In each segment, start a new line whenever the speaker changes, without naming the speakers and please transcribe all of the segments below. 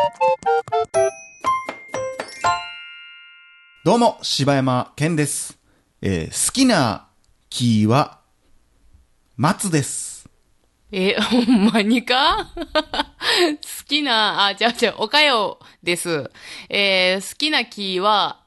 どうも、柴山健です。好きな木は松です。
ほんまにか好きな、おかよです。好きな木は、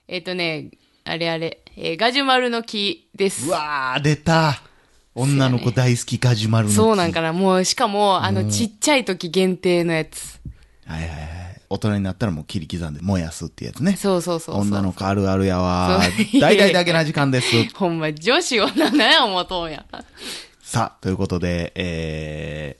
ガジュマルの木で
う
す。
わー、出た。女の子大好きガジュマルの木。
そうなんかな。もう、しかも、ちっちゃい時限定のやつ。
はいはいはい。大人になったらもう切り刻んで燃やすってやつね。
そうそうそうそう。
女の子あるあるやわ
そう。
大々だけな時間です。
ほんま、女子は何や思とんや。
さあ、ということで、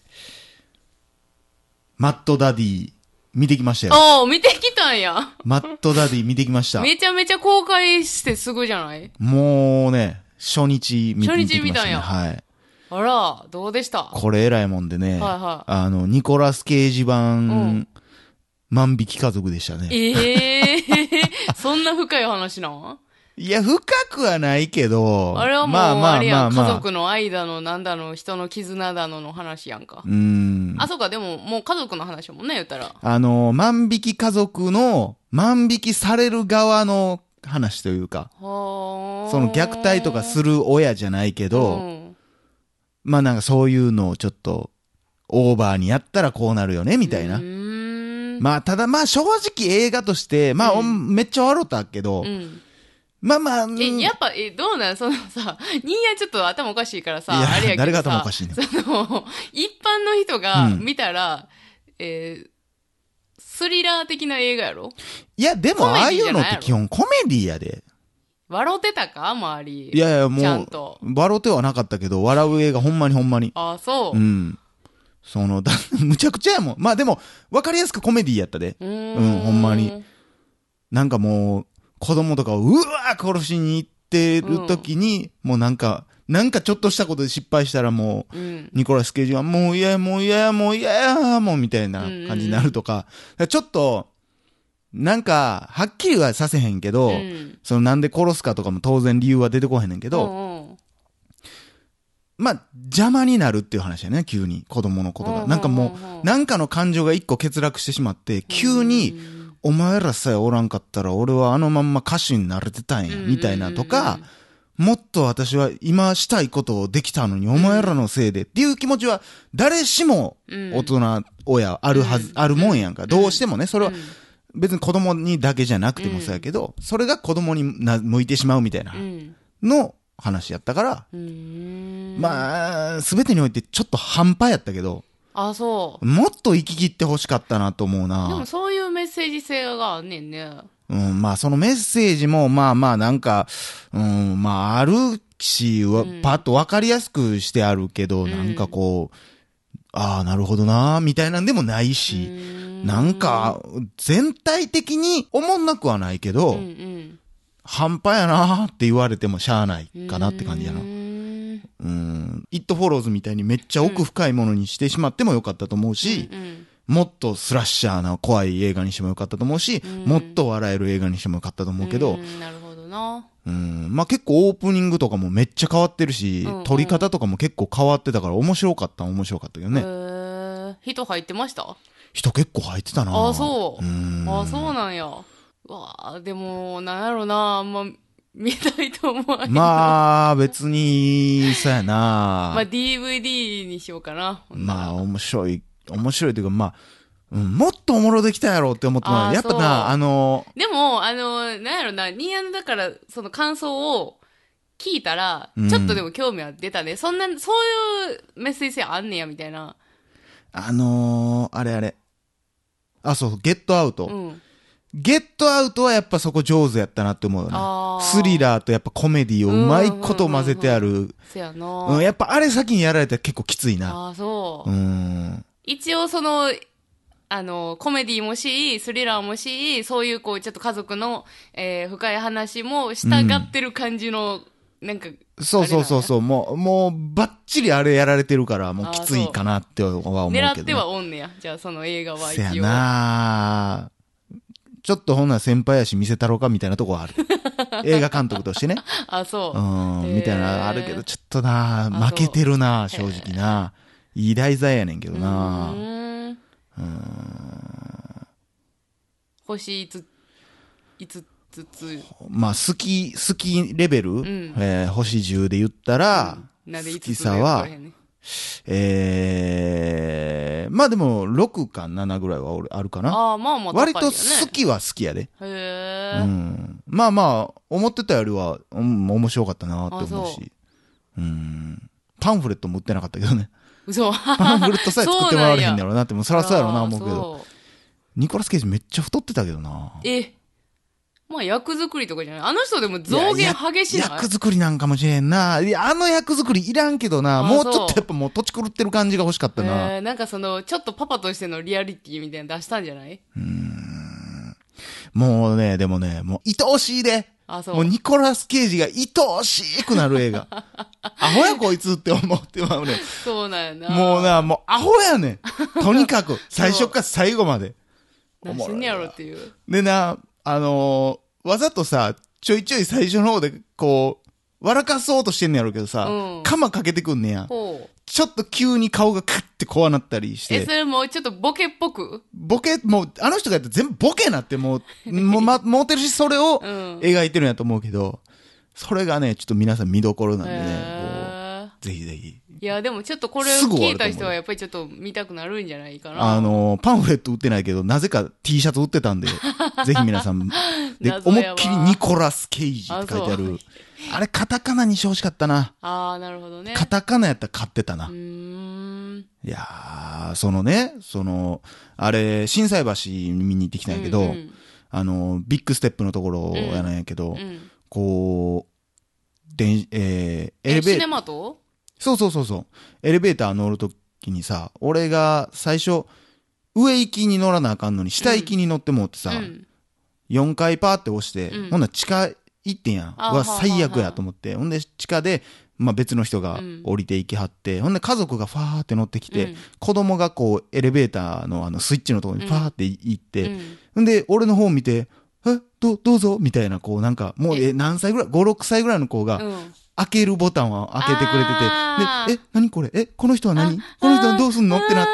マッドダディ、見てきましたよ。
見てきたんや。
マッドダディ見てきました。
めちゃめちゃ公開してすぐじゃない？
もうね、初日見てきましたね。
初日見たんや。
はい。
あら、どうでした？
これ偉いもんでね。
はいはい。
ニコラス・ケイジ版、万引き家族でしたね。
そんな深い話なん？
いや、深くはないけど。
あれはもう、あれやん、家族の愛だの、なんだの、人の絆だのの話やんか。あ、そうか、でも、もう家族の話やもんね、言ったら。
万引き家族の、万引きされる側の話というか。その虐待とかする親じゃないけど、まあなんかそういうのをちょっと、オーバーにやったらこうなるよね、みたいな。まあ、ただまあ正直映画として、まあ、めっちゃ笑ったけど、まあまあ、
やっぱ、どうなんそのさ、ニーヤちょっと頭おかしいからさ、あれやけどさ、
誰が頭おかしいの？
一般の人が見たら、スリラー的な映画やろ？
いや、でもああいうのって基本コメディやで。
笑ってたか周り。
いやいや、もう、
ちゃんと。
笑ってはなかったけど、笑う映画ほんまにほんまに。
あ、そう。
むちゃくちゃやもん。まあでも、わかりやすくコメディやったで。ほんまに。なんかもう、子供とかをうわー殺しに行ってる時に、もうなんかちょっとしたことで失敗したらもう、ニコラス・ケイジはもう嫌や、もう嫌や、もう嫌や、もうみたいな感じになるとか、ちょっと、なんか、はっきりはさせへんけど、なんで殺すかとかも当然理由は出てこへんねんけど、まあ、邪魔になるっていう話やね、急に。子供のことが。なんかもう、なんかの感情が一個欠落してしまって、急に、お前らさえおらんかったら俺はあのまんま歌手になれてたんや、みたいなとか、もっと私は今したいことをできたのにお前らのせいでっていう気持ちは誰しも大人、親あるはず、あるもんやんか。どうしてもね、それは別に子供にだけじゃなくてもそうやけど、それが子供に向いてしまうみたいなの話やったから、まあ、すべてにおいてちょっと半端やったけど、
あ、そう。
もっと生き切って欲しかったなと思うな。
でもそういうメッセージ性があんねんね。
まあそのメッセージも、まあまあなんか、まああるし、パッとわかりやすくしてあるけど、なんかこう、ああ、なるほどな、みたいなんでもないし、なんか、全体的に思んなくはないけど、半端やなって言われてもしゃあないかなって感じやな。イットフォローズみたいにめっちゃ奥深いものにしてしまってもよかったと思うし、もっとスラッシャーな怖い映画にしてもよかったと思うし、もっと笑える映画にしてもよかったと思うけど、
なるほどな。
まあ結構オープニングとかもめっちゃ変わってるし、撮り方とかも結構変わってたから面白かったけどね。
人入ってました？
人結構入ってたな。
あ、そう。あ、そうなんや。わあ、でも、なんやろな、あんま見たいと思わない。
まあ、別に、そうやな。
まあ DVD にしようかな。
まあ、面白いというか、まあ、もっとおもろできたやろって思ってもやっぱな、
でも、なんやろな、ニーヤンだから、その感想を聞いたら、ちょっとでも興味は出たね。そういうメッセージ性あんねや、みたいな。
あれ。あ、そう、ゲットアウト。ゲットアウトはやっぱそこ上手やったなって思うよね。スリラーとやっぱコメディをうまいこと混ぜてある。
そうやな。
やっぱあれ先にやられたら結構きついな。
あ、そう。一応その、コメディもし、スリラーもし、そういうこう、ちょっと家族の、深い話も従ってる感じの、なんか、
そう。もう、バッチリあれやられてるから、もうきついかなっては思うけど、ね。
狙ってはおんねや。じゃあその映画は一応。
せやなちょっとほんなら先輩やし見せたろうかみたいなとこはある。映画監督としてね。
あ、そう。
みたいなあるけど、ちょっとな負けてるな正直な。いい題材やねんけどな
星5つ。
まあ、好きレベル、星10で言ったら、
なんで
好
5つで分か
きさは
れへんね、
まあでも、6か7ぐらいは俺あるかな。
ああ、まあまあ高いよね。
割と好きは好きやで。
へえ。
まあまあ、思ってたよりは、面白かったなって思う
あそ
し。パンフレットも売ってなかったけどね。
嘘。
パンフレットさえ作ってもらわれへん
そうなんや
やろなって、もうそらそうやろな思うけど。
そう
ニコラス・ケイジめっちゃ太ってたけどな。
まあ役作りとかじゃない。あの人でも増減激しない。
役作りなんかもしれんな。いや、あの役作りいらんけどな。もうちょっとやっぱもう土地狂ってる感じが欲しかったな。
なんかちょっとパパとしてのリアリティみたいなの出したんじゃない？
もうね、でもね、もう愛おしいで。
あ、そう。
もうニコラス・ケイジが愛おしくなる映画。アホやこいつって思ってまうね。
そうなんやな。
もうな、もうアホやねん。とにかく、最初から最後まで。
何してんねやろっていう。
でな、わざとさ、ちょいちょい最初の方で、こう、笑かそうとしてんねやろうけどさ、カマかけてくんねや。ちょっと急に顔がクッてこうなったりして。
それもうちょっとボケっぽく？
もう、あの人がやって全部ボケなってもう、もうてるし、それを描いてるんやと思うけど、それがね、ちょっと皆さん見どころなんでね、ぜひぜひ。
いや、でもちょっとこれを聞いた人はやっぱりちょっと見たくなるんじゃないかな。
パンフレット売ってないけど、なぜか T シャツ売ってたんで、ぜひ皆さん、で、思いっきりニコラス・ケイジって書いてある。あれ、カタカナにしてほしかったな。
ああ、なるほどね。
カタカナやったら買ってたな。いやー、あれ、心斎橋見に行ってきたんやけど、ビッグステップのところやなんやけど、こう、エレベーター。
シネマと？
そう。エレベーター乗るときにさ、俺が最初、上行きに乗らなあかんのに、下行きに乗ってもってさ、4回パーって押して、ほんなら地下行ってんやん。最悪やと思って。ほんで、地下で、まあ別の人が降りて行きはって、ほんで家族がファーって乗ってきて、子供がこう、エレベーターのスイッチのところにファーって行って、ほんで、俺の方見て、どうぞみたいな、こうなんか、もう何歳ぐらい ?5、6歳ぐらいの子が、開けるボタンを開けてくれてて、で、何これこの人は何この人はどうすんのってなって、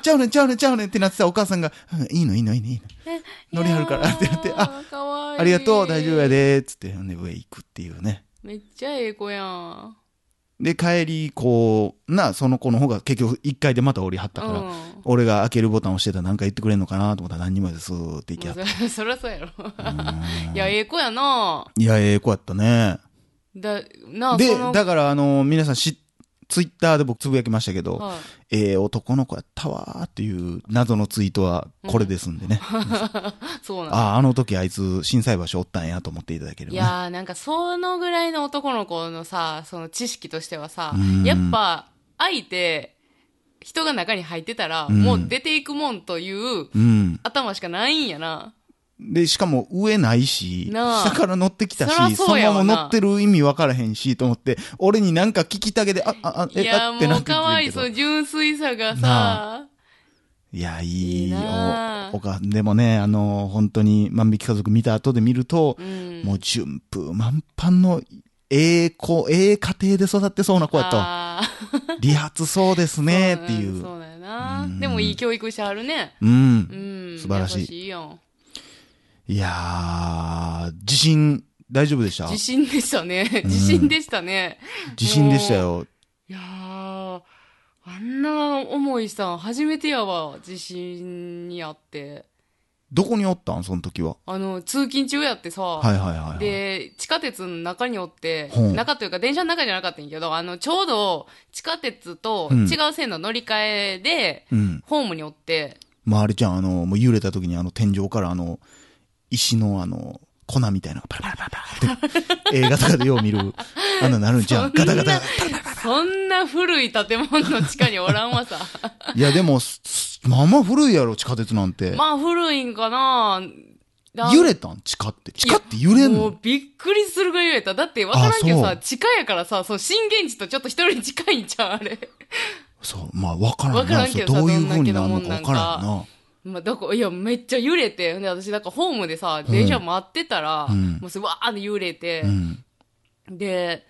ちゃうねんってなってたお母さんが、いいの。乗りはるからってなって、ありがとう、大丈夫やで、つって、上行くっていうね。
めっちゃええ子やん。
で、帰り、こう、その子の方が結局1回でまた降りはったから、俺が開けるボタン押してたら何か言ってくれんのかなと思ったら何にもですって言きはった。
そりゃそうやろ。いや、ええ子やな。
いや、ええ子やったね。で、だから皆さんツイッターで僕つぶやきましたけど、男の子やったわーっていう謎のツイートはこれですんでね。
そうなんだ。
あの時あいつ心斎橋おったんやと思っていただければ、ね。
いやーなんかそのぐらいの男の子のさ、その知識としてはさ、やっぱ相手、人が中に入ってたら、もう出ていくもんという頭しかないんやな。
で、しかも上ないし、下から乗ってきたし、そのまま乗ってる意味分からへんし、と思って、俺になんか聞きたげで、
いや、もうかわいい、その純粋さがさ。
いや、いいでもね、本当に万引き家族見た後で見ると、もう順風満帆の、家庭で育ってそうな子やと。理髪そうですね、っていう。
そうだよな。でもいい教育してはるね。
素晴らしい。
優しいやん。
いやー、地震、大丈夫でした？
地震でしたね。地震でしたね。
地震でしたよ。
いやー、あんな思いしたん初めてやわ、地震にあって。
どこにおったんその時は。
通勤中やってさ。で、地下鉄の中におって、中というか電車の中じゃなかったんやけど、ちょうど地下鉄と違う線の乗り換えで、ホームにおって。
まあ、あれじゃん、もう揺れた時に天井から石の粉みたいなのがパラパラパラパラって映画とかでよう見るなるんじゃん。ガタガタ。
そんな古い建物の地下におらんわさ。
いやでも、まあまあ古いやろ、地下鉄なんて。
まあ古いんかな。
揺れたん地下って。地下って揺れんの？
もうびっくりするぐらい揺れた。だってわからんけどさ、地下やからさ、震源地とちょっと一人近いんちゃうあれ。
そう、まあわからんな。どういう風になるのかわからんな。
まあ、いや、めっちゃ揺れて、で、私、だからホームでさ、電車待ってたら、もうすぐわーって揺れて、で、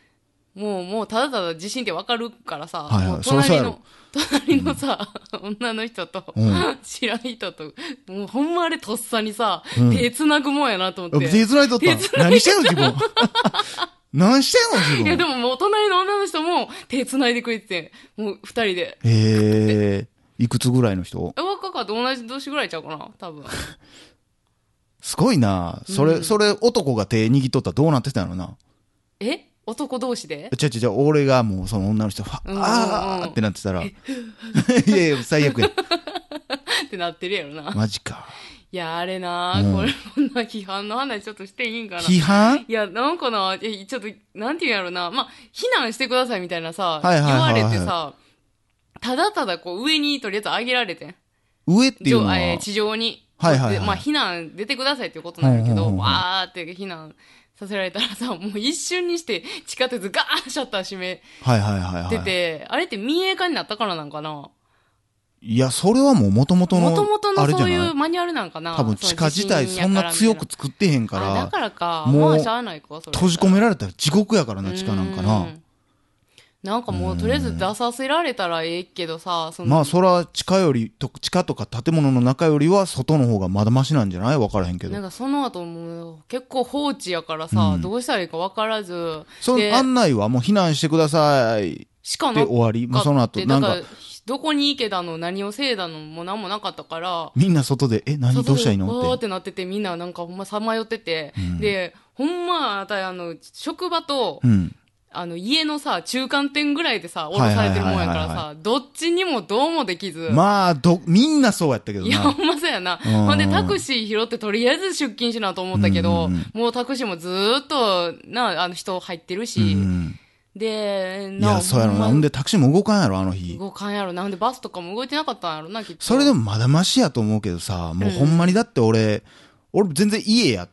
もうただただ地震ってわかるからさ、
はいはい
もう
そりゃそうやろ
隣のさ、女の人と、知らん人と、もうほんまあれとっさにさ、手繋ぐもんやなと思って。
手繋いとったん何してんの自分。何してんの自分。
いやでももう隣の女の人も手繋いでくれてて、もう二人で。
いくつぐらいの人？
若かって同じ年ぐらいちゃうかな多分。
すごいな。それ男が手握っとったらどうなってたのな。
男同士で？
違う、俺がもうその女の人、あーってなってたら。いや、最悪や。
ってなってるやろな。
マジか。
いや、あれな、これこんな批判の話ちょっとしていいんかな。
批判？
いや、なんかな、ちょっと、なんていうんやろな。まあ、避難してくださいみたいなさ、
はいはいはいはい
言われてさ、ただただこう上にとりあえず上げられてん。
上っていうのは
地上に。
はいはいはい。
まあ、避難出てくださいっていうことなんやけど、わーって避難させられたらさ、もう一瞬にして地下鉄ガーンシャッター閉めてて、あれって民営化になったからなんかな。
いや、それはもう元々の
そういうマニュアルなんかな。
多分地下自体そんな強く作ってへんから。
だからか。もうしゃあないか、それ。
閉じ込められたら地獄やからな、地下なんかな。
なんかもうとりあえず出させられたらええけどさ、
まあそら地下とか建物の中よりは外の方がまだマシなんじゃない？分からへんけど。
なんかその後も結構放置やからさ、どうしたらいいか分からず。
その案内はもう避難してください。
しかな
で終わり。もうその後なんか。
どこに行けだの、何をせいだのも何もなかったから。
みんな外で、何どうしたらいいのって。
わーってなってて、みんななんかほんまさまよってて。で、ほんま、職場と、家のさ、中間点ぐらいでさ、降ろされてるもんやからさ、どっちにもどうもできず。
まあ、みんなそうやったけどな。
いや、ほんまそうやな。ほんで、タクシー拾ってとりあえず出勤しなと思ったけど、もうタクシーもずーっと、人入ってるし。で、
いや、そうやろな。ほんで、タクシーも動かんやろ、あの日。
動かんやろ。なんでバスとかも動いてなかったんやろな、きっと。
それでもまだマシやと思うけどさ、もうほんまにだって俺全然家やって、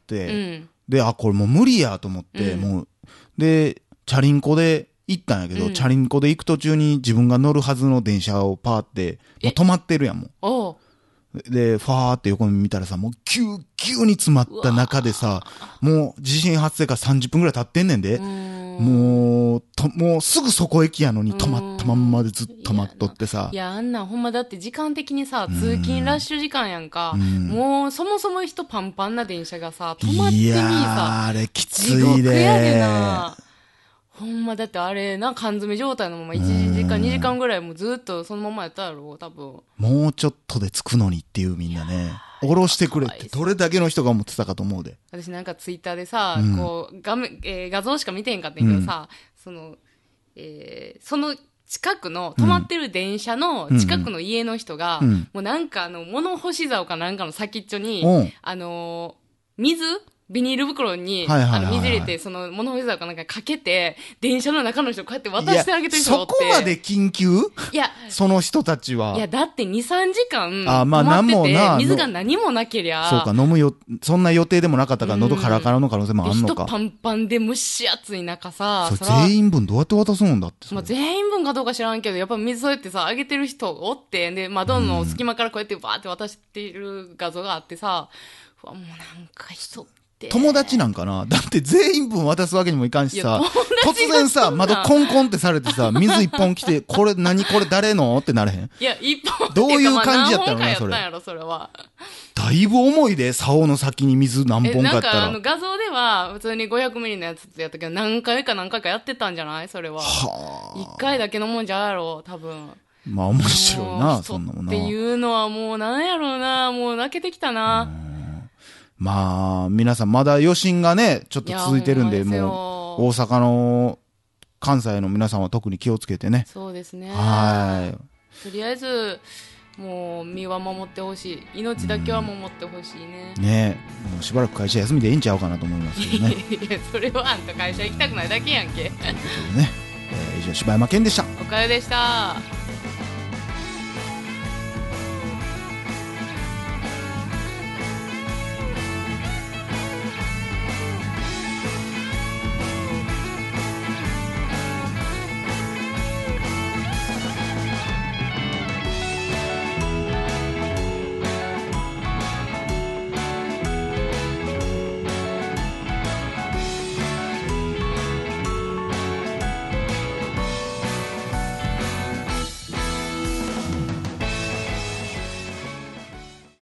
で、これもう無理やと思って、もう、で、チャリンコで行ったんやけど、チャリンコで行く途中に自分が乗るはずの電車をパーって、もう止まってるやん、もう。で、ファーって横に見たらさ、もうぎゅうぎゅうに詰まった中でさ、もう地震発生から30分くらい経ってんねんで、もうすぐそこ駅やのに止まったまんまでずっと待っとってさ。
いや、あんなんほんまだって時間的にさ、通勤ラッシュ時間やんか。もうそもそも人パンパンな電車がさ、止まってみさ。い
やあれきついで。
地獄やでな。ほんまだってあれな、缶詰状態のまま1時間2時間ぐらいもうずっとそのままやったやろ、多分。
もうちょっとで着くのにっていうみんなね。下ろしてくれってどれだけの人が思ってたかと思うで。
私なんかツイッターでさ、こう画像しか見てへんかったんやけどさ、その近くの止まってる電車の近くの家の人が、もうなんか物干し竿かなんかの先っちょに、ビニール袋に、水入れて、その物干し竿かなんかかけて、電車の中の人こうやって渡してあげてる人がおって。
そこまで緊急？いや、その人たちは。
いや、だって2、3時間止まってて、水が何もなけりゃ。
そうか、そんな予定でもなかったから喉カラカラの可能性もあんのか。
人パンパンで蒸し暑い中さ。
それ全員分どうやって渡すんだって。
まあ、全員分かどうか知らんけど、やっぱ水そうやってさ、あげてる人おって、で、窓の隙間からこうやってバーって渡してる画像があってさ、うわ、もうなんか人、
友達なんかな？だって全員分渡すわけにもいかんしさ、突然さ、窓コンコンってされてさ、水一本来て、これ誰のってなれへん？
いや、一本
どういう感じやったのな、それ。だいぶ重いで、竿の先に水何本かやったら。
なんか画像では、普通に500ミリのやつやったけど、何回かやってたんじゃないそれは。一回だけのもんじゃやろ、多分。
まあ面白いな、そんなもんな。
っていうのはもうなんやろうな、もう泣けてきたな。
まあ、皆さんまだ余震がね、ちょっと続いてるんで、もう、大阪の、関西の皆さんは特に気をつけてね。
そうですね。
はい。
とりあえず、もう、身は守ってほしい。命だけは守ってほしいね。
ねえ。もうしばらく会社休みでいいんちゃうかなと思いますけどね。
いや、それはあんた会社行きたくないだけやんけ。ということで
ね。以上、柴山健でした。
おかゆでした。